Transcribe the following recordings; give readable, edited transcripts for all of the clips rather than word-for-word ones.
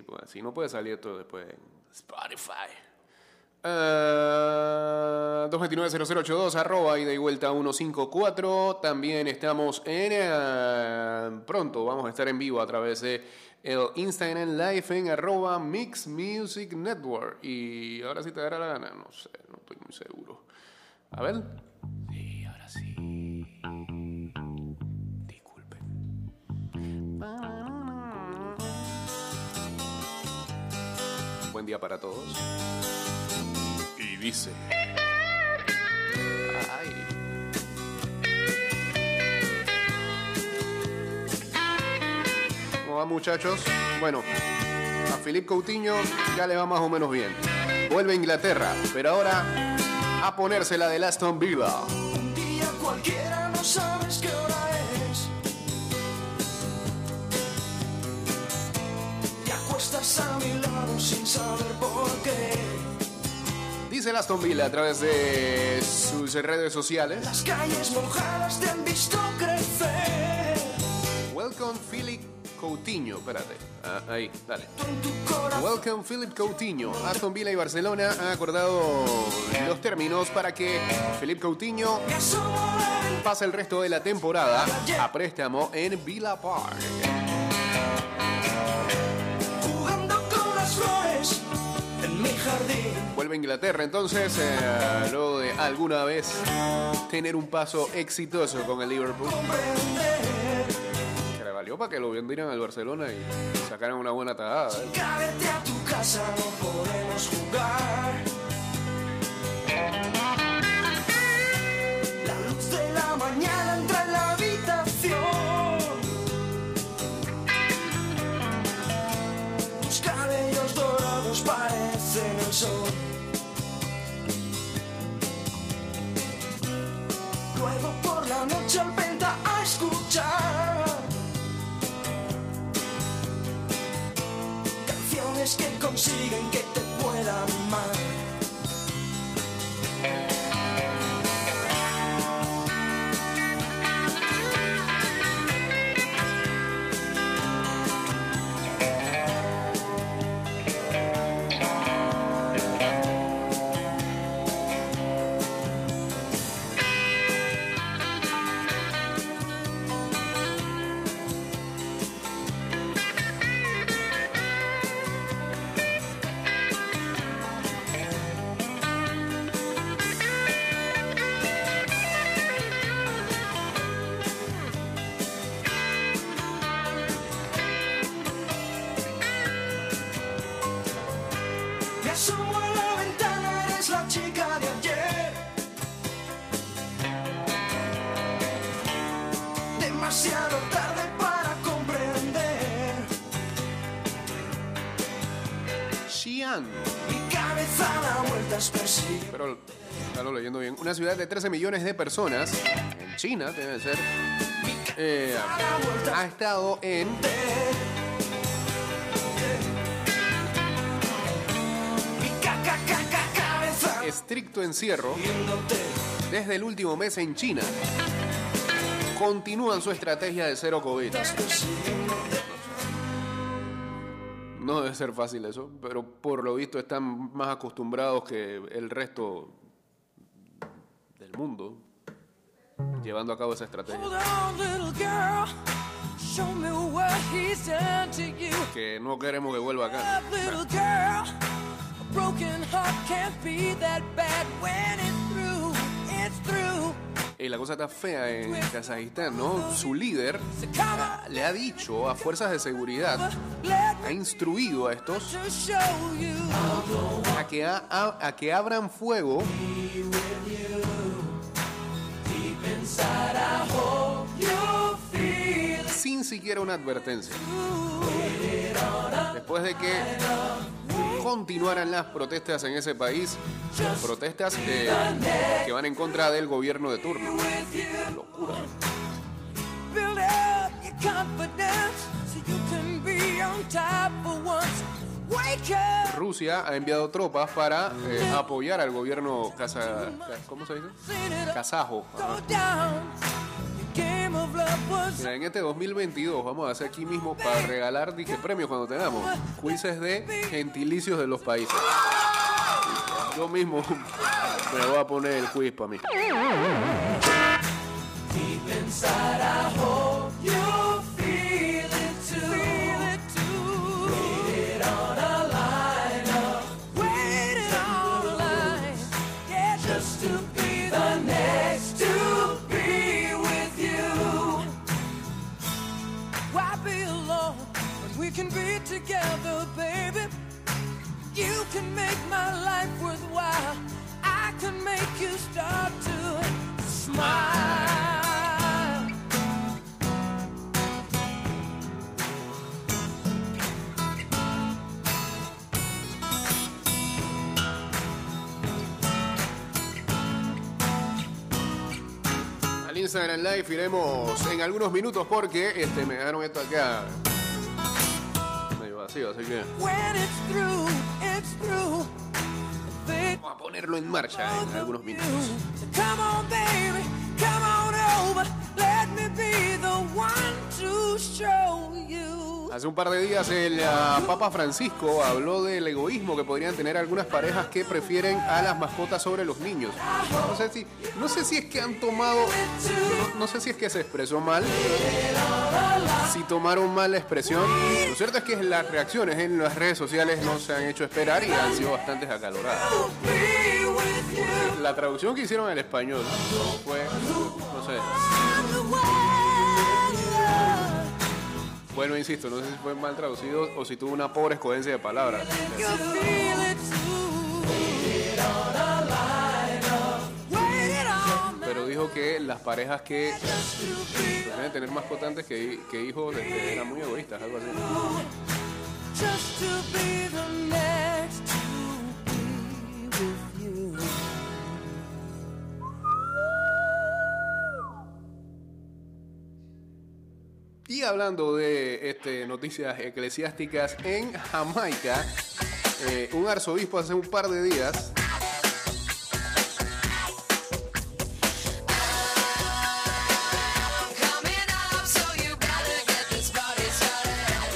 pues si no puede salir esto después en Spotify. 229-0082 @ ida y vuelta 154. También estamos en pronto vamos a estar en vivo a través de el Instagram Live en @Mix Music Network. Y ahora sí te dará la gana, no sé, no estoy muy seguro. A ver. Sí, ahora sí. Disculpen. Buen día para todos. Y dice... Ay. ¿Cómo va, muchachos? Bueno, a Philippe Coutinho ya le va más o menos bien. Vuelve a Inglaterra, pero ahora a ponérsela de Aston Villa. Un día cualquiera, no sabes qué hora es. Te acuestas a mi lado sin saber por qué. Dice el Aston Villa a través de sus redes sociales. Las calles mojadas te han visto crecer. Welcome Philippe Coutinho. Espérate. Ahí, dale. En tu corazón. Welcome Philippe Coutinho. Aston Villa y Barcelona han acordado los términos para que Philippe Coutinho Me asomo a la ventana. pase el resto de la temporada a préstamo en Villa Park. Jugando con las flores en mi jardín. Vuelve a Inglaterra entonces, luego de alguna vez tener un paso exitoso con el Liverpool. Comprender. Que le valió para que lo vendieran al Barcelona y sacaran una buena tajada. Cállate a tu casa, no podemos jugar. La luz de la mañana entra en la habitación. Tus cabellos dorados parecen el sol. Luego por la noche al venta a escuchar canciones que consiguen que te puedan amar. Me asomo a la ventana, eres la chica de ayer. Demasiado tarde para comprender. Xi'an. Mi cabeza da vueltas persigue. Pero ya lo leyendo bien. Una ciudad de 13 millones de personas, en China debe ser, ha estado en Mi cabeza estricto encierro viéndote. desde el último mes en China. Continúan su estrategia de cero COVID. Persiguiéndote. No debe ser fácil eso, pero por lo visto están más acostumbrados que el resto del mundo llevando a cabo esa estrategia. Hold on, little girl. Show me what he's done to you. Que no queremos que vuelva acá. Little girl. A broken heart can't be that bad when it's through. It's through. Y la cosa está fea en Kazajistán, ¿no? Su líder le ha dicho a fuerzas de seguridad, ha instruido a estos To show you. a que abran fuego Inside, I hope you feel sin siquiera una advertencia. Después de que continuaran las protestas en ese país, protestas que van en contra del gobierno de turno. Locura. build up your confidence so you can be on top for once. Wake up. Rusia ha enviado tropas para apoyar al gobierno ¿cómo se dice? Seen it Kazajo. go down. game of love was Mira, en este 2022 vamos a hacer aquí mismo para regalar dije premios cuando tengamos quizzes de gentilicios de los países. Yo mismo me voy a poner el quiz para mí. Deep inside, I hope you feel it too. Waited on a lineup, waiting on the line. Yeah, just to be the next to be with you. why be alone when we can be together, baby? You can make my life worthwhile. I can make you start to smile. Al Instagram Live iremos en algunos minutos porque me dejaron esto acá medio vacío, así que When it's through, it's through. They vamos a ponerlo en marcha en algunos minutos. So come on, baby, come on over. Let me be the one to show you. Hace un par de días el Papa Francisco habló del egoísmo que podrían tener algunas parejas que prefieren a las mascotas sobre los niños. No sé si es que han tomado, no sé si es que se expresó mal, si tomaron mal la expresión. Lo cierto es que las reacciones en las redes sociales no se han hecho esperar y han sido bastante acaloradas. Be with you. La traducción que hicieron al español fue, no sé. Bueno, insisto, no sé si fue mal traducido o si tuvo una pobre escogencia de palabras. You feel it too. Waited on Pero dijo que las parejas que deben tener mascotas antes que hijos eran muy egoístas, algo así. just to be the next to be with you. Y hablando de noticias eclesiásticas, en Jamaica, un arzobispo hace un par de días Coming up, so you better get this party started.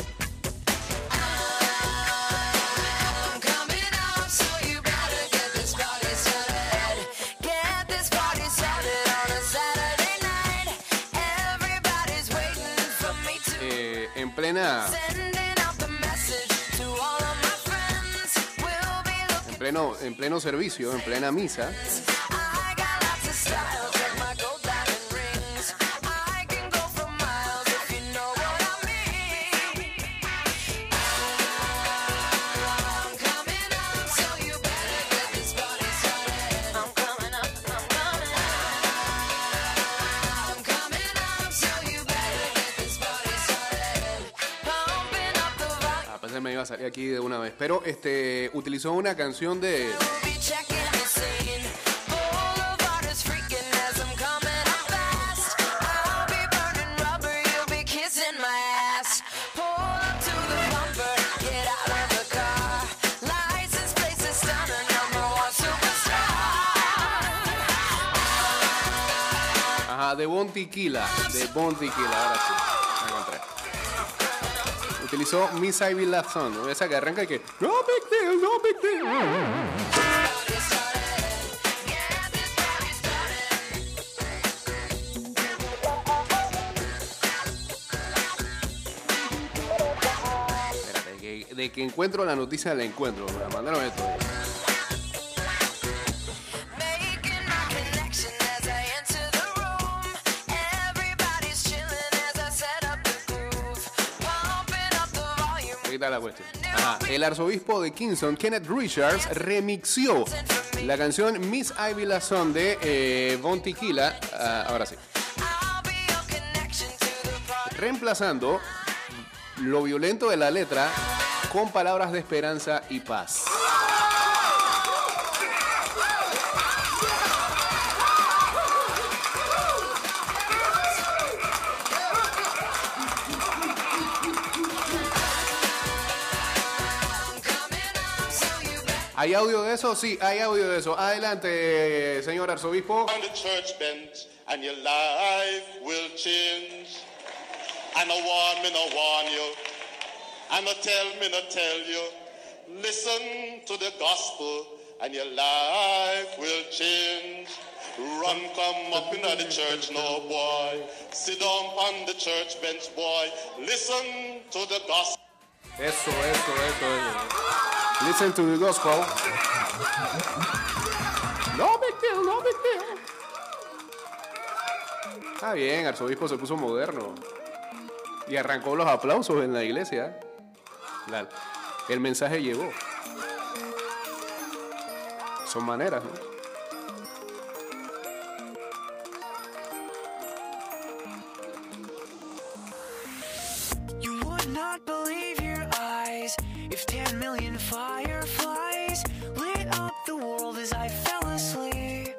I'm coming up, so you better get this party started. Get this party started on a Saturday night. Everybody's waiting for me to en plena sending out the message to all of my friends. We'll be looking. en pleno servicio, en plena misa, I got lots of styles like my gold diamond rings. I can go for miles if you know what I mean. I'm coming up, so you better get this party started. I'm coming up, I'm coming up. I'm coming up, so you better get this party started. Pumping up the volume. a pesar me iba a salir aquí de una vez, pero utilizó una canción de We'll be checking the scene. Boulevard is freaking as I'm coming up fast. I'll be burning rubber, you'll be kissing my ass. Pull up to the bumper, get out of the car. License plates is stunning, number one superstar. ajá, de Bon Tequila, ahora sí, la encontré. Utilizó Miss Ivy Love Song, ¿no? Esa que arranca y que no big deal, no big deal. Party started, get this party started. Espérate, de que encuentro la noticia la encuentro. Me mandaron esto. Making my connection as I enter the room. Everybody's chilling as I set up the groove. Pumping up the volume. Ahí está la cuestión. Ajá. El arzobispo de Kingston, Kenneth Richards, remixió la canción Miss Ivy Love Song de Bon Tequila. Ahora sí. I'll be your connection to the party. Reemplazando lo violento de la letra con palabras de esperanza y paz. ¿Hay audio de eso? Sí, hay audio de eso. Adelante, señor arzobispo. And the church bent and your life will change. And I warn you, and I tell you, listen to the gospel, and your life will change. Run, come up into the church now, boy. Sit down on the church bench, boy. Listen to the gospel. Eso. Listen to the gospel. No big deal. Está bien, arzobispo se puso moderno. Y arrancó los aplausos en la iglesia. El mensaje llegó. Son maneras, ¿no? You would not believe your eyes if 10 million fireflies lit up the world as I fell asleep.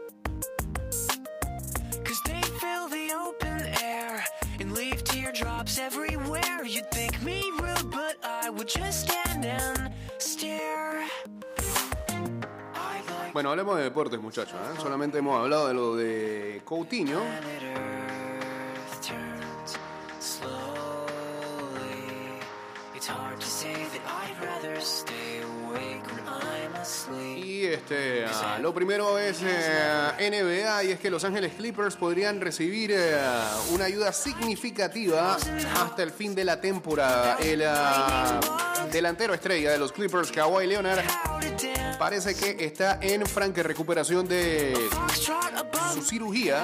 'Cause they fill the open air and leave teardrops everywhere. You'd think me rude, but I would just stand and stare. Bueno, hablemos de deportes, muchachos, ¿eh? Solamente hemos hablado de lo de Coutinho. Planet Earth turns slowly. It's hard to say that I'd rather stay awake when I'm asleep. Y lo primero es NBA, y es que Los Ángeles Clippers podrían recibir una ayuda significativa hasta el fin de la temporada. El delantero estrella de los Clippers, Kawhi Leonard, parece que está en franca recuperación de su cirugía,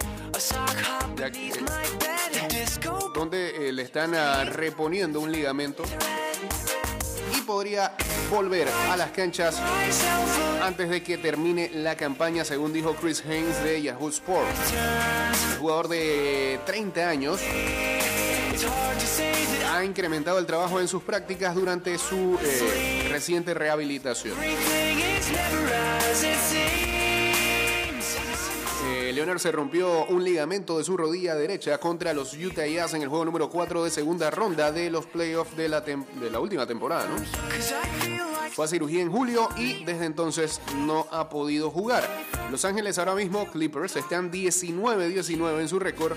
donde le están reponiendo un ligamento, y podría volver a las canchas antes de que termine la campaña, según dijo Chris Haynes de Yahoo Sports. El jugador de 30 años ha incrementado el trabajo en sus prácticas durante su reciente rehabilitación. Leonard se rompió un ligamento de su rodilla derecha contra los Utah Jazz en el juego número 4 de segunda ronda de los playoffs de la última temporada, ¿no? Fue a cirugía en julio y desde entonces no ha podido jugar. Los Ángeles ahora mismo, Clippers, están 19-19 en su récord.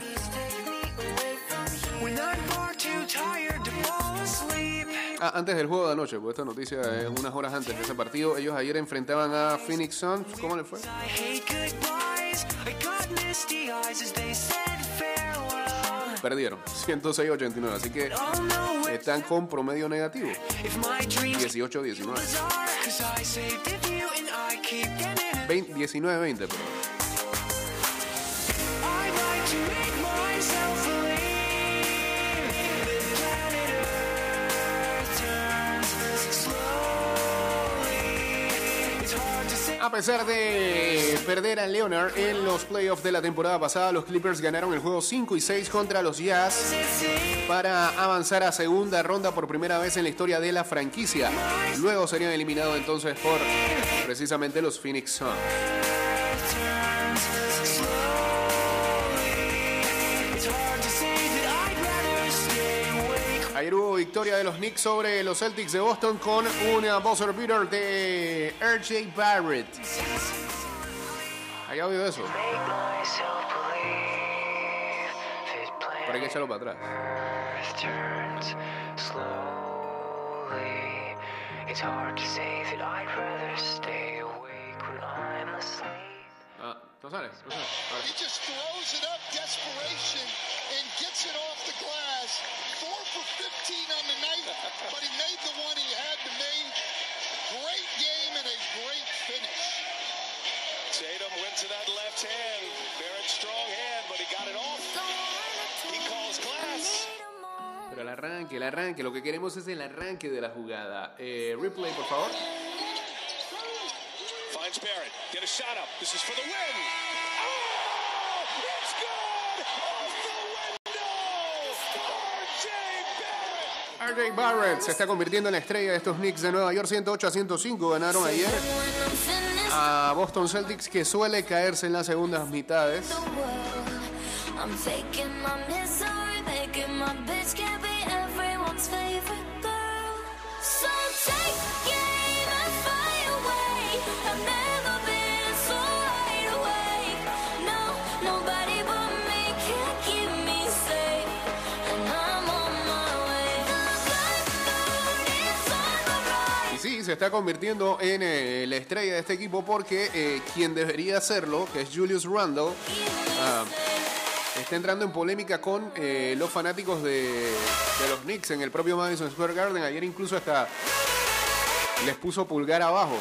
Antes del juego de anoche, porque esta noticia es unas horas antes de ese partido. Ellos ayer enfrentaban a Phoenix Suns. ¿Cómo le fue? Perdieron 106-89, así que están con promedio negativo, 18-19. 19-20, perdón. A pesar de perder a Leonard en los playoffs de la temporada pasada, los Clippers ganaron el juego 5 y 6 contra los Jazz para avanzar a segunda ronda por primera vez en la historia de la franquicia. Luego serían eliminados entonces por precisamente los Phoenix Suns. Ayer hubo victoria de los Knicks sobre los Celtics de Boston con una buzzer beater de R.J. Barrett. ¿Hay audio de eso? Pero hay que echarlo para atrás. ¿No sale? Ahora. He just throws it up, desperation, and gets it off the glass. 4 for 15 on the night, but he made the one he had to make. Great game and a great finish. Tatum went to that left hand. Barrett strong hand, but he got it off. He calls class. Pero el arranque, lo que queremos es el arranque de la jugada. Replay, por favor. Finds Barrett. Get a shot up. This is for the win. Oh, it's good! Off the window! R.J. Barrett se está convirtiendo en la estrella de estos Knicks de Nueva York. 108-105 ganaron ayer a Boston Celtics, que suele caerse en las segundas mitades. I'm faking my misery, making my bitch can't be everyone's favorite girl. So take your aim and fly away. I've never been so wide awake. No, nobody. se está convirtiendo en la estrella de este equipo porque quien debería hacerlo, que es Julius Randle, está entrando en polémica con los fanáticos de los Knicks en el propio Madison Square Garden. Ayer incluso hasta les puso pulgar abajo.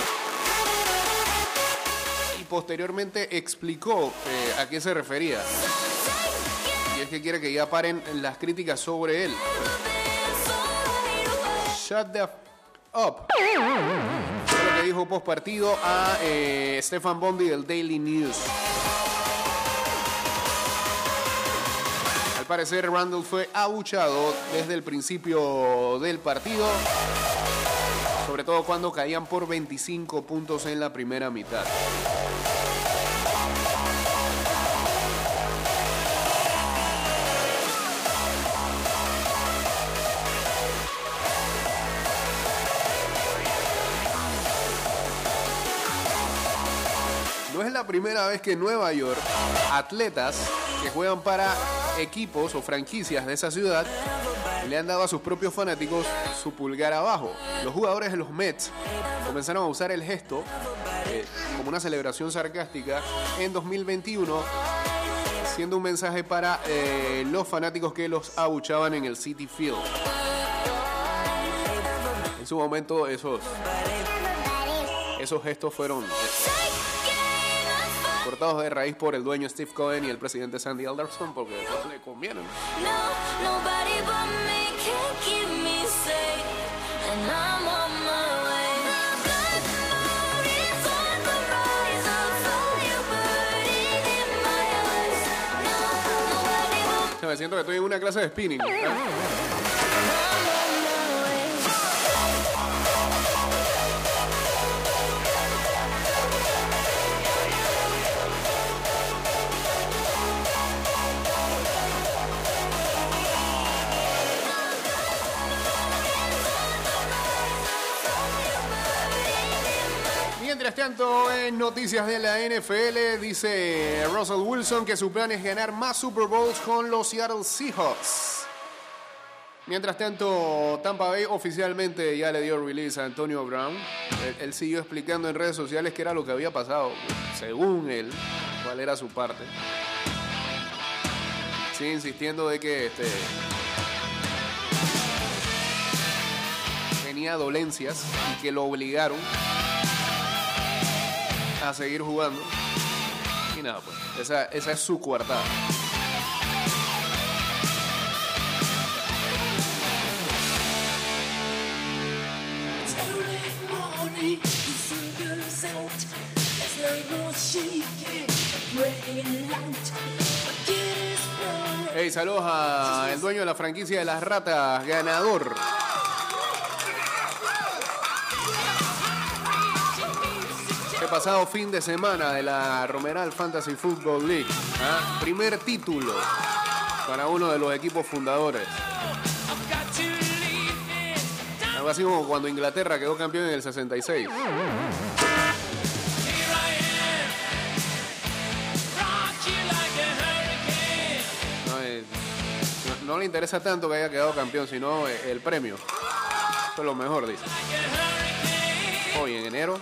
Y posteriormente explicó a qué se refería. Y es que quiere que ya paren las críticas sobre él. Shut the up. Fue lo que dijo post partido a Stefan Bondi del Daily News. Al parecer, Randle fue abuchado desde el principio del partido, sobre todo cuando caían por 25 puntos en la primera mitad. No es la primera vez que en Nueva York atletas que juegan para equipos o franquicias de esa ciudad le han dado a sus propios fanáticos su pulgar abajo. Los jugadores de los Mets comenzaron a usar el gesto como una celebración sarcástica en 2021, siendo un mensaje para los fanáticos que los abuchaban en el Citi Field. En su momento esos gestos fueron cortados de raíz por el dueño Steve Cohen y el presidente Sandy Alderson porque no le convienen. Me siento que estoy en una clase de spinning. Mientras tanto, en noticias de la NFL, dice Russell Wilson que su plan es ganar más Super Bowls con los Seattle Seahawks. Mientras tanto, Tampa Bay oficialmente ya le dio release a Antonio Brown. Él siguió explicando en redes sociales qué era lo que había pasado, según él, cuál era su parte. Sigue insistiendo de que tenía dolencias y que lo obligaron a seguir jugando. Y nada, pues esa es su coartada. Hey, saludos a el dueño de la franquicia de las ratas, ganador. El pasado fin de semana de la Romeral Fantasy Football League. Primer título para uno de los equipos fundadores. Algo así como cuando Inglaterra quedó campeón en el 66. No le interesa tanto que haya quedado campeón, sino el premio. Eso es lo mejor, dice. Hoy en enero.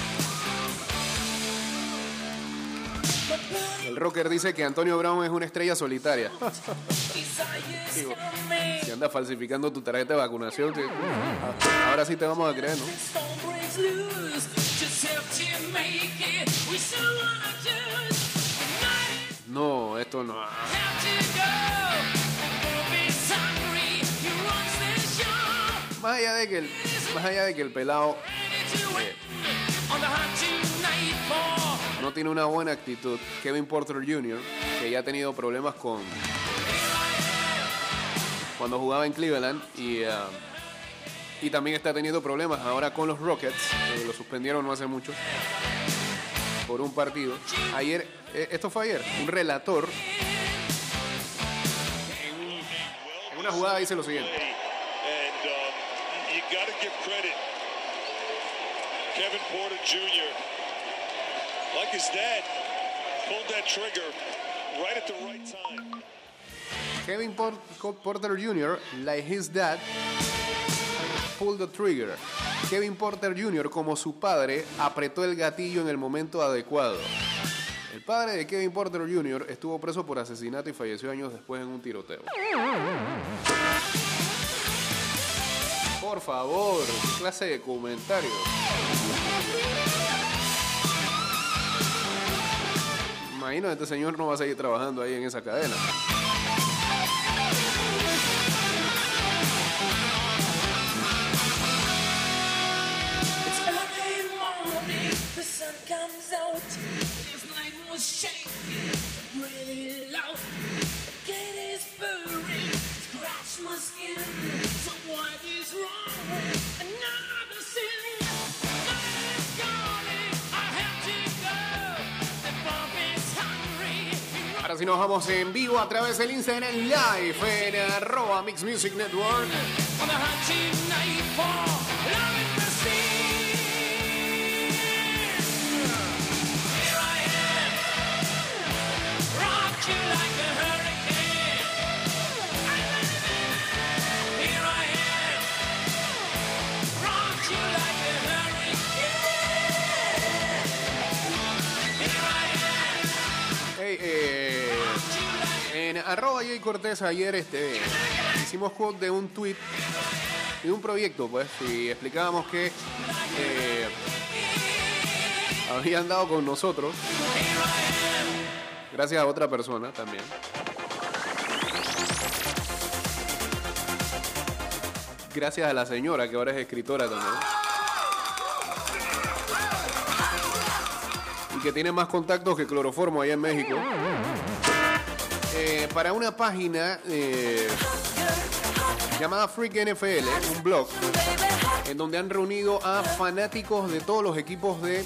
El rocker dice que Antonio Brown es una estrella solitaria. Digo, si andas falsificando tu tarjeta de vacunación, ahora sí te vamos a creer, ¿no? No, esto no. Más allá de que el pelado no tiene una buena actitud, Kevin Porter Jr., que ya ha tenido problemas cuando jugaba en Cleveland y también está teniendo problemas ahora con los Rockets, lo suspendieron no hace mucho por un partido. Ayer, esto fue ayer, un relator en una jugada dice lo siguiente. Kevin Porter Jr., like his dad, pulled that trigger right at the right time. Kevin Porter Jr., like his dad, pull the trigger. Kevin Porter Jr., como su padre, apretó el gatillo en el momento adecuado. El padre de Kevin Porter Jr. estuvo preso por asesinato y falleció años después en un tiroteo. Por favor, ¿qué clase de comentario? Imagino que este señor no va a seguir trabajando ahí en esa cadena. It's early morning, the sun comes out. This night was shaking, really loud. The gate is burning, scratch my skin. So what is wrong? Another sin. Night is calling, I have to go. The bomb is hungry. Ahora sí nos vamos en vivo a través del Instagram Live en @Mix Music Network. On the hot cheap night for love and mercy. Here I am, rock you like a hurricane. Here I am, rock you like a hurricane. Here I am, Hey, en @Jay Cortés ayer hicimos quote de un tweet de un proyecto, pues, y explicábamos que habían dado con nosotros gracias a otra persona también. Gracias a la señora que ahora es escritora también. Y que tiene más contactos que Cloroformo allá en México. Para una página llamada Freak NFL, un blog, en donde han reunido a fanáticos de todos los equipos de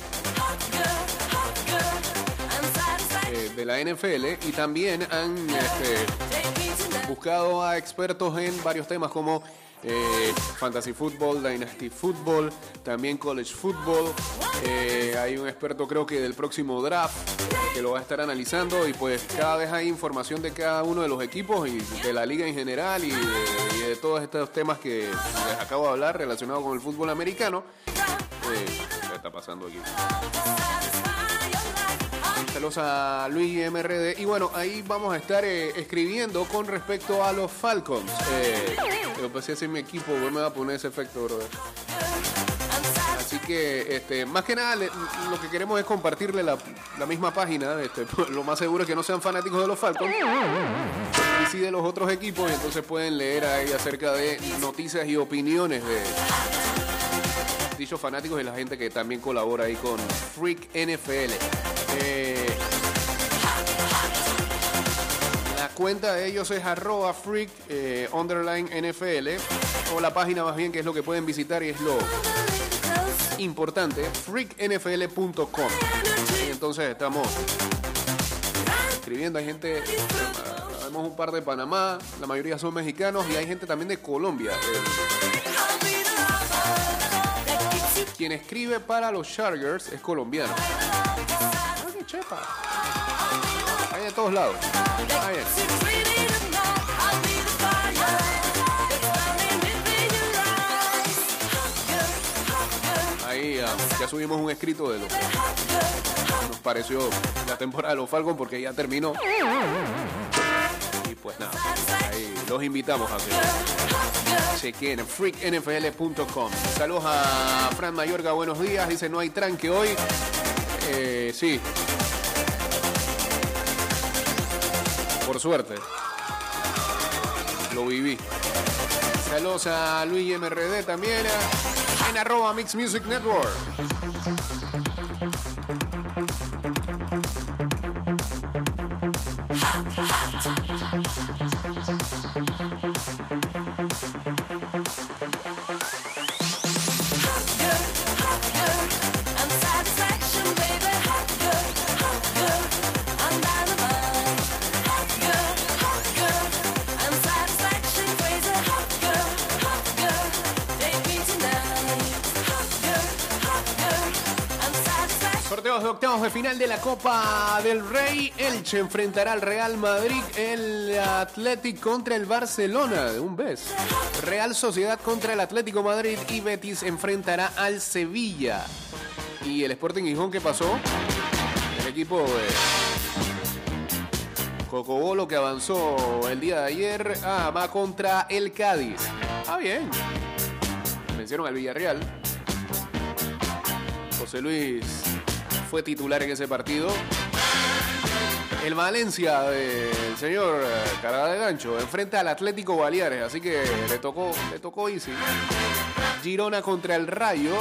la NFL y también han buscado a expertos en varios temas como Fantasy Football, Dynasty Football, también College Football. Hay un experto, creo que del próximo draft, que lo va a estar analizando, y pues cada vez hay información de cada uno de los equipos y de la liga en general y de todos estos temas que les acabo de hablar relacionados con el fútbol americano. ¿Qué está pasando aquí? Saludos a Luis MRD. Y bueno, ahí vamos a estar escribiendo con respecto a los Falcons. Yo empecé a hacer mi equipo, me va a poner ese efecto, brother. Así que, más que nada, lo que queremos es compartirle la misma página. Lo más seguro es que no sean fanáticos de los Falcons, y sí de los otros equipos, y entonces pueden leer ahí acerca de noticias y opiniones de dichos fanáticos y la gente que también colabora ahí con Freak NFL. La cuenta de ellos es @Freak _NFL, o la página más bien, que es lo que pueden visitar y es lo importante, freaknfl.com. Y entonces estamos escribiendo, hay gente, vemos un par de Panamá, la mayoría son mexicanos, y hay gente también de Colombia. Quien escribe para los Chargers es colombiano. ¡Qué chepa! Hay de todos lados. Ahí ya subimos un escrito de lo que nos pareció la temporada de los Falcons, porque ya terminó. Y pues nada, ahí los invitamos a que chequen freaknfl.com. Saludos a Fran Mayorga, buenos días. Dice, no hay tranque hoy. Sí. Por suerte. Lo viví. Saludos a Luis MRD también en @Mix Music Network. I'm Sorteos de octavos de final de la Copa del Rey. Elche enfrentará al Real Madrid. El Athletic contra el Barcelona. De un beso. Real Sociedad contra el Atlético Madrid. Y Betis enfrentará al Sevilla. Y el Sporting Gijón, ¿qué pasó? El equipo de Cocobolo, que avanzó el día de ayer, va contra el Cádiz. Bien. Vencieron al Villarreal. José Luis fue titular en ese partido. El Valencia del señor Carada de Gancho enfrenta al Atlético Baleares, así que le tocó easy. Girona contra el Rayo.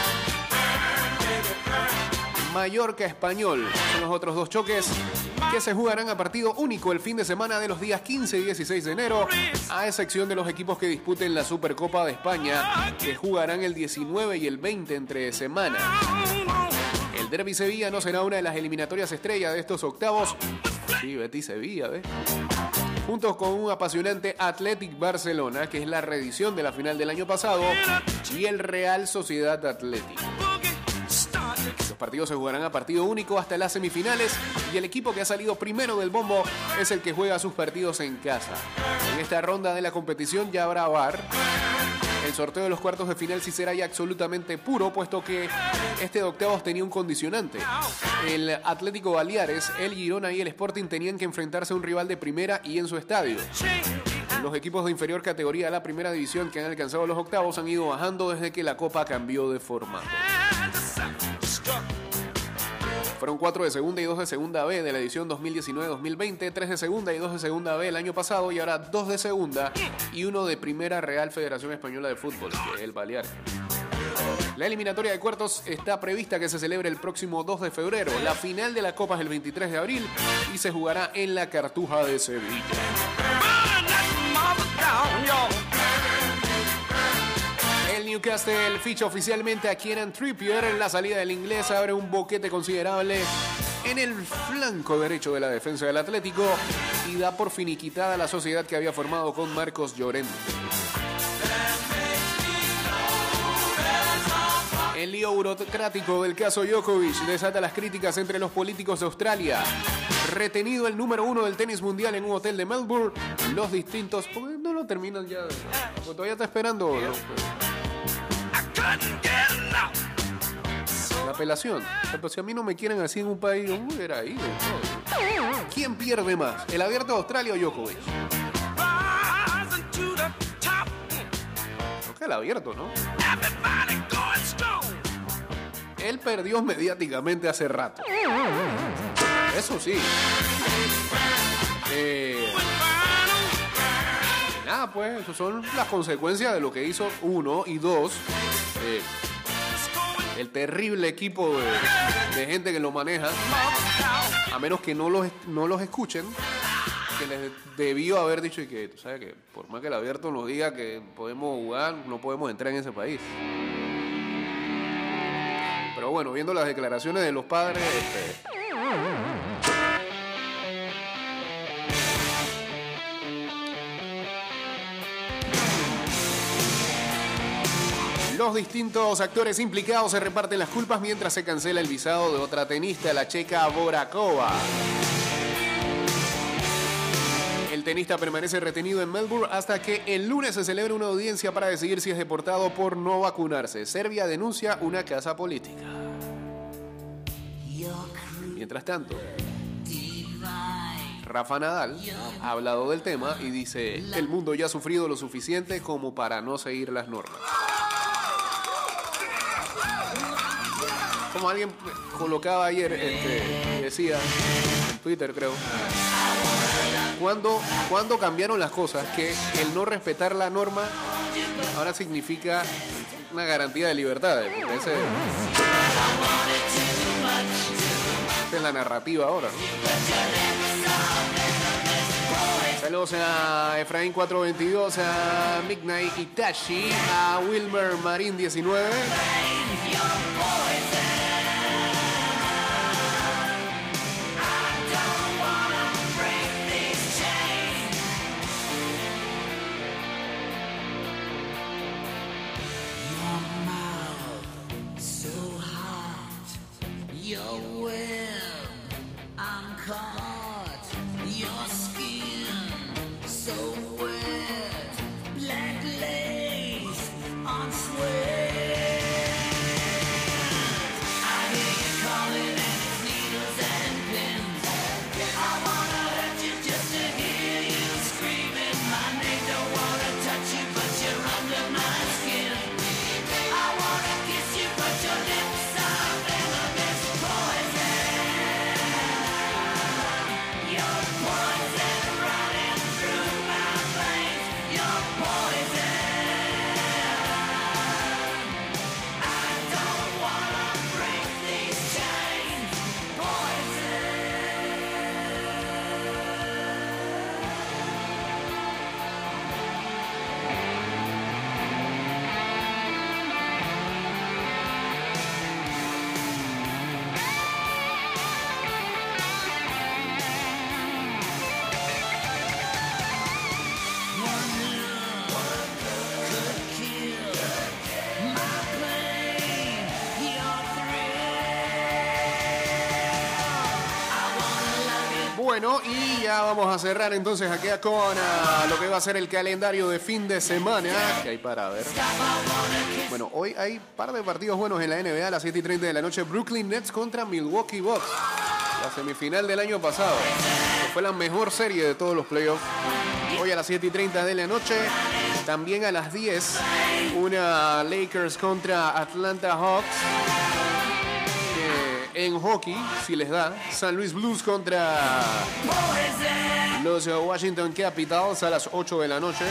Mallorca Español son los otros dos choques que se jugarán a partido único el fin de semana de los días 15 y 16 de enero, a excepción de los equipos que disputen la Supercopa de España, que jugarán el 19 y el 20 entre semana. El Derbi Sevilla no será una de las eliminatorias estrellas de estos octavos. Sí, Betis Sevilla, ¿ves? Juntos con un apasionante Athletic Barcelona, que es la reedición de la final del año pasado, y el Real Sociedad Athletic. Los partidos se jugarán a partido único hasta las semifinales y el equipo que ha salido primero del bombo es el que juega sus partidos en casa. En esta ronda de la competición ya habrá VAR. El sorteo de los cuartos de final sí será ya absolutamente puro, puesto que este de octavos tenía un condicionante. El Atlético Baleares, el Girona y el Sporting tenían que enfrentarse a un rival de primera y en su estadio. Los equipos de inferior categoría de la primera división que han alcanzado los octavos han ido bajando desde que la Copa cambió de formato. Fueron 4 de segunda y 2 de segunda B de la edición 2019-2020, 3 de segunda y 2 de segunda B el año pasado y ahora 2 de segunda y 1 de primera Real Federación Española de Fútbol, que es el Baleares. La eliminatoria de cuartos está prevista que se celebre el próximo 2 de febrero. La final de la Copa es el 23 de abril y se jugará en la Cartuja de Sevilla. El Newcastle ficha oficialmente a Kieran Trippier. En la salida del inglés abre un boquete considerable en el flanco derecho de la defensa del Atlético y da por finiquitada la sociedad que había formado con Marcos Llorente. El lío burocrático del caso Djokovic desata las críticas entre los políticos de Australia. Retenido el número 1 del tenis mundial en un hotel de Melbourne, los distintos... ¿Por qué no lo terminan ya? Porque todavía está esperando la apelación. Pero si a mí no me quieren así en un país, yo me hubiera ido. ¿Quién pierde más? ¿El Abierto de Australia o Djokovic? Creo que el Abierto, ¿no? Él perdió mediáticamente hace rato. Eso sí. Nada, pues, eso son las consecuencias de lo que hizo, 1 y 2. El terrible equipo de gente que lo maneja, a menos que no los escuchen, que les debió haber dicho y que, tú sabes que por más que el Abierto nos diga que podemos jugar, no podemos entrar en ese país. Pero bueno, viendo las declaraciones de los padres, los distintos actores implicados se reparten las culpas mientras se cancela el visado de otra tenista, la checa Voráčková. El tenista permanece retenido en Melbourne hasta que el lunes se celebre una audiencia para decidir si es deportado por no vacunarse. Serbia denuncia una casa política. Mientras tanto, Rafa Nadal ha hablado del tema y dice: el mundo ya ha sufrido lo suficiente como para no seguir las normas. Como alguien colocaba ayer, decía en Twitter, creo, cuando cambiaron las cosas, que el no respetar la norma ahora significa una garantía de libertades. Porque esa es la narrativa ahora, ¿no? Saludos a Efraín 422, a Midnight Itachi, a Wilmer Marín 19. your web, I'm caught. Your skin so wet, black lace on sweat. I hear you calling and it's needles and pins. I wanna hurt you just to hear you screaming my name. Don't wanna touch you, but you're under my skin. I wanna kiss you, but your lips are venomous poison. You're poison running through my veins. You're poison. I don't wanna break these chains. Poison. Bueno, y ya vamos a cerrar entonces aquí con lo que va a ser el calendario de fin de semana. Que hay para ver. Bueno, hoy hay par de partidos buenos en la NBA a las 7:30 de la noche. Brooklyn Nets contra Milwaukee Bucks. La semifinal del año pasado. Que fue la mejor serie de todos los playoffs. Hoy a las 7:30 de la noche. También a las 10, una Lakers contra Atlanta Hawks. En hockey, si les da, San Luis Blues contra los Washington Capitals a las 8 de la noche.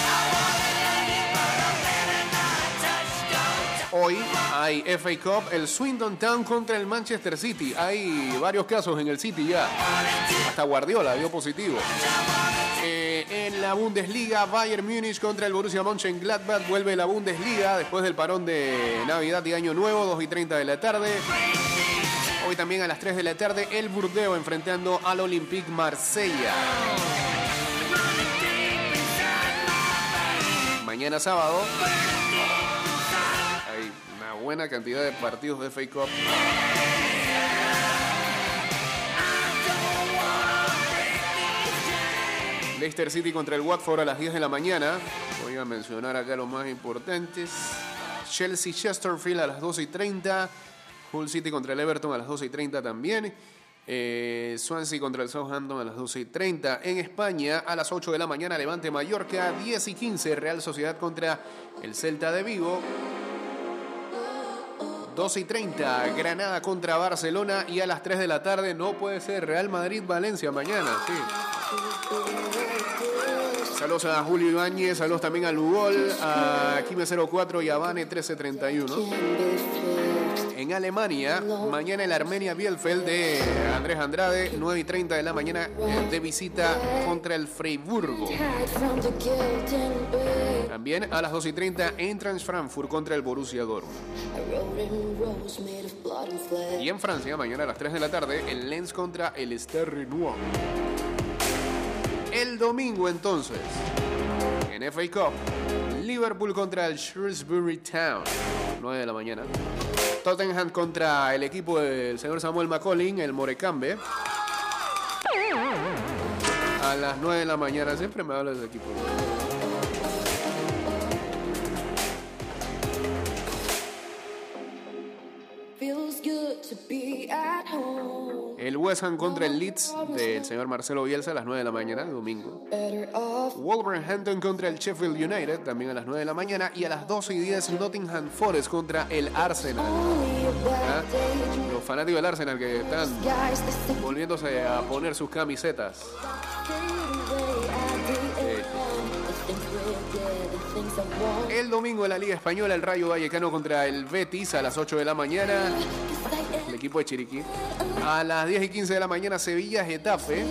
Hoy hay FA Cup, el Swindon Town contra el Manchester City. Hay varios casos en el City ya. Hasta Guardiola dio positivo. En la Bundesliga, Bayern Múnich contra el Borussia Mönchengladbach. Vuelve la Bundesliga después del parón de Navidad y Año Nuevo, 2:30 de la tarde. Hoy también a las 3 de la tarde, el Burdeos enfrentando al Olympique Marsella. Mañana sábado hay una buena cantidad de partidos de FA Cup. Leicester City contra el Watford a las 10 de la mañana. Voy a mencionar acá los más importantes. Chelsea Chesterfield a las 12:30. Hull City contra el Everton a las 12:30 también. Swansea contra el Southampton a las 12:30. En España, a las 8 de la mañana, Levante Mallorca. 10:15, Real Sociedad contra el Celta de Vigo. 12:30, Granada contra Barcelona. Y a las 3 de la tarde, no puede ser, Real Madrid-Valencia mañana. Sí. Saludos a Julio Ibáñez, saludos también a Lugol, a Kime 04 y a Vane 1331. En Alemania, mañana el Armenia Bielefeld de Andrés Andrade, 9:30 de la mañana, de visita contra el Freiburgo. También a las 2:30, Eintracht Frankfurt contra el Borussia Dortmund. Y en Francia, mañana a las 3 de la tarde, el Lens contra el Stade Rennais. El domingo entonces, en FA Cup, Liverpool contra el Shrewsbury Town, 9 de la mañana. Tottenham contra el equipo del señor Samuel McCollin, el Morecambe, a las 9 de la mañana. Siempre me habla de ese equipo. El West Ham contra el Leeds del señor Marcelo Bielsa a las 9 de la mañana, el domingo. Wolverhampton contra el Sheffield United, también a las 9 de la mañana. Y a las 12:10, Nottingham Forest contra el Arsenal. ¿Ah? Los fanáticos del Arsenal que están volviéndose a poner sus camisetas. El domingo en la Liga Española, el Rayo Vallecano contra el Betis a las 8 de la mañana. El equipo de Chiriquí. A las 10:15 de la mañana, Sevilla Getafe.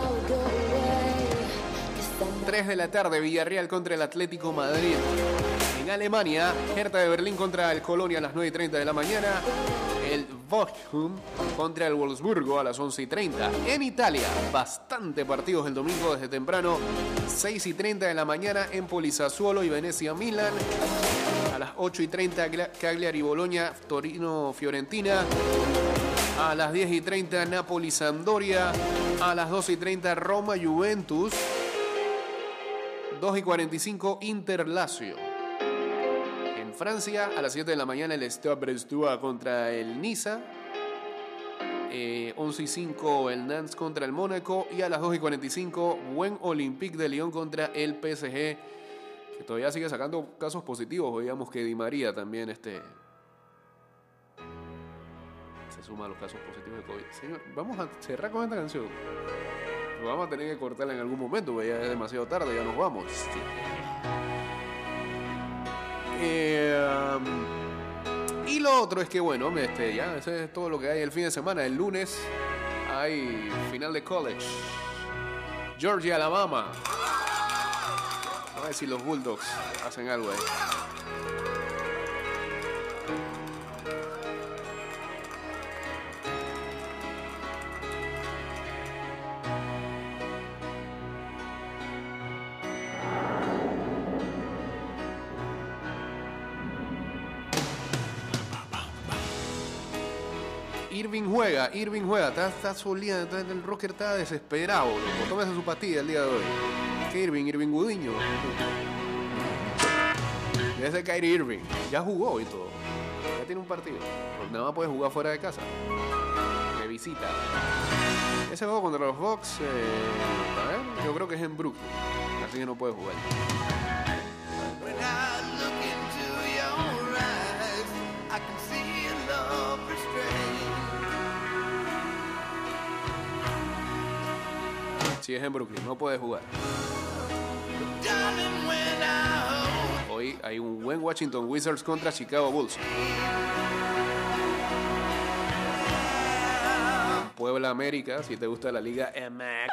3 de la tarde, Villarreal contra el Atlético Madrid. En Alemania, Hertha de Berlín contra el Colonia a las 9:30 de la mañana. El Bochum contra el Wolfsburgo a las 11:30. En Italia, bastante partidos el domingo desde temprano. 6:30 de la mañana, Empoli Sassuolo y Venecia Milan. A las 8:30, Cagliari Bologna, Torino Fiorentina. A las 10:30 Napoli-Sampdoria. A las 12:30 Roma-Juventus. 2:45 Inter-Lazio. En Francia, a las 7 de la mañana el Stade Brestois contra el Niza. 11:05 el Nantes contra el Mónaco. Y a las 2:45 buen Olympique de Lyon contra el PSG, que todavía sigue sacando casos positivos. Veíamos que Di María también se suma a los casos positivos de COVID. Señor, vamos a cerrar con esta canción. Lo vamos a tener que cortarla en algún momento, porque ya es demasiado tarde, ya nos vamos. Sí. Y lo otro es que, bueno, ya eso es todo lo que hay el fin de semana. El lunes hay final de college. Georgia, Alabama. A ver si los Bulldogs hacen algo ahí. Irving juega, está soleado, entonces el rocker está desesperado, loco. Tómese su pastilla el día de hoy. ¿Qué Irving Gudiño? Debe ser Kyrie Irving, ya jugó y todo. Ya tiene un partido. Pues nada más puede jugar fuera de casa. De visita. Ese juego contra los Bucks, a ver, yo creo que es en Brooklyn. Así que no puede jugar. Si es en Brooklyn, no puede jugar. Hoy hay un buen Washington Wizards contra Chicago Bulls. Puebla América, si te gusta la Liga MX.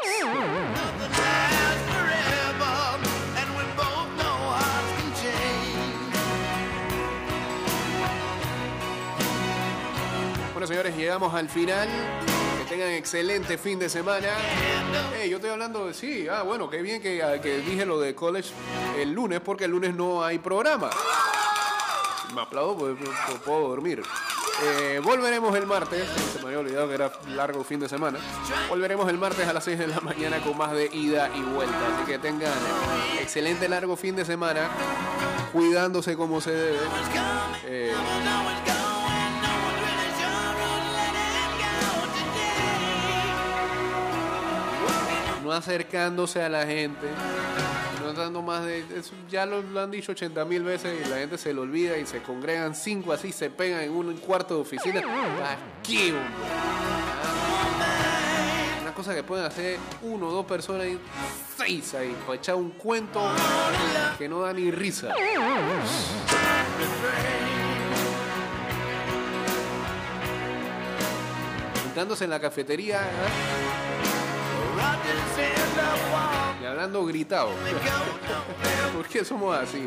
Bueno, señores, llegamos al final. Que tengan excelente fin de semana. Yo estoy hablando de sí. Bueno, qué bien que dije lo de college el lunes, porque el lunes no hay programa. Me aplaudo porque puedo dormir. Volveremos el martes. Se me había olvidado que era largo fin de semana. Volveremos el martes a las 6 de la mañana con más de ida y vuelta. Así que tengan excelente largo fin de semana. Cuidándose como se debe. No acercándose a la gente, no dando más de eso, ya lo han dicho 80,000 veces y la gente se lo olvida y se congregan 5 así, se pegan en un cuarto de oficina. Aquí, hombre. Una cosa que pueden hacer 1 o 2 personas y 6 ahí, para echar un cuento que no da ni risa. Juntándose en la cafetería, y hablando gritado. ¿Por qué somos así?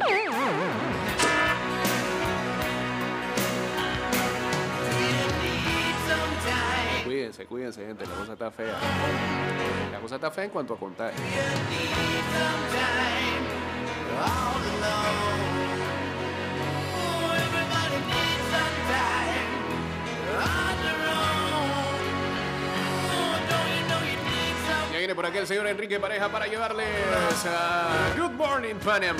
Cuídense, gente. La cosa está fea. La cosa está fea en cuanto a contagio. Viene por aquí el señor Enrique Pareja para llevarles a Good Morning Panama.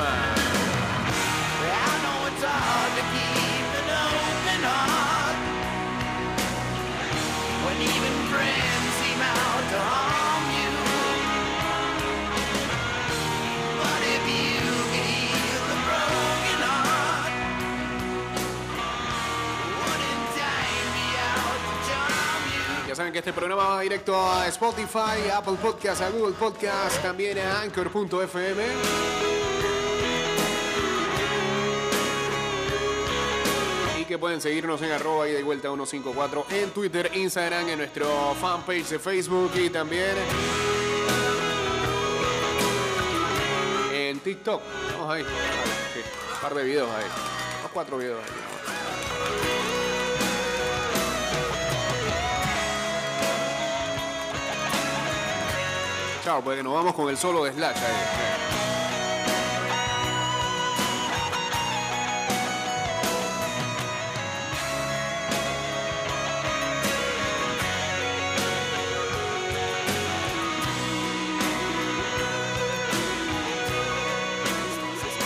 Ya saben que este programa va directo a Spotify, Apple Podcast, a Google Podcast, también a Anchor.fm. Y que pueden seguirnos en @idaYvuelta154 en Twitter, Instagram, en nuestro fanpage de Facebook y también en TikTok. Vamos ahí. Sí, un par de videos ahí. 4 videos ahí. Chao, porque nos vamos con el solo de Slash ahí.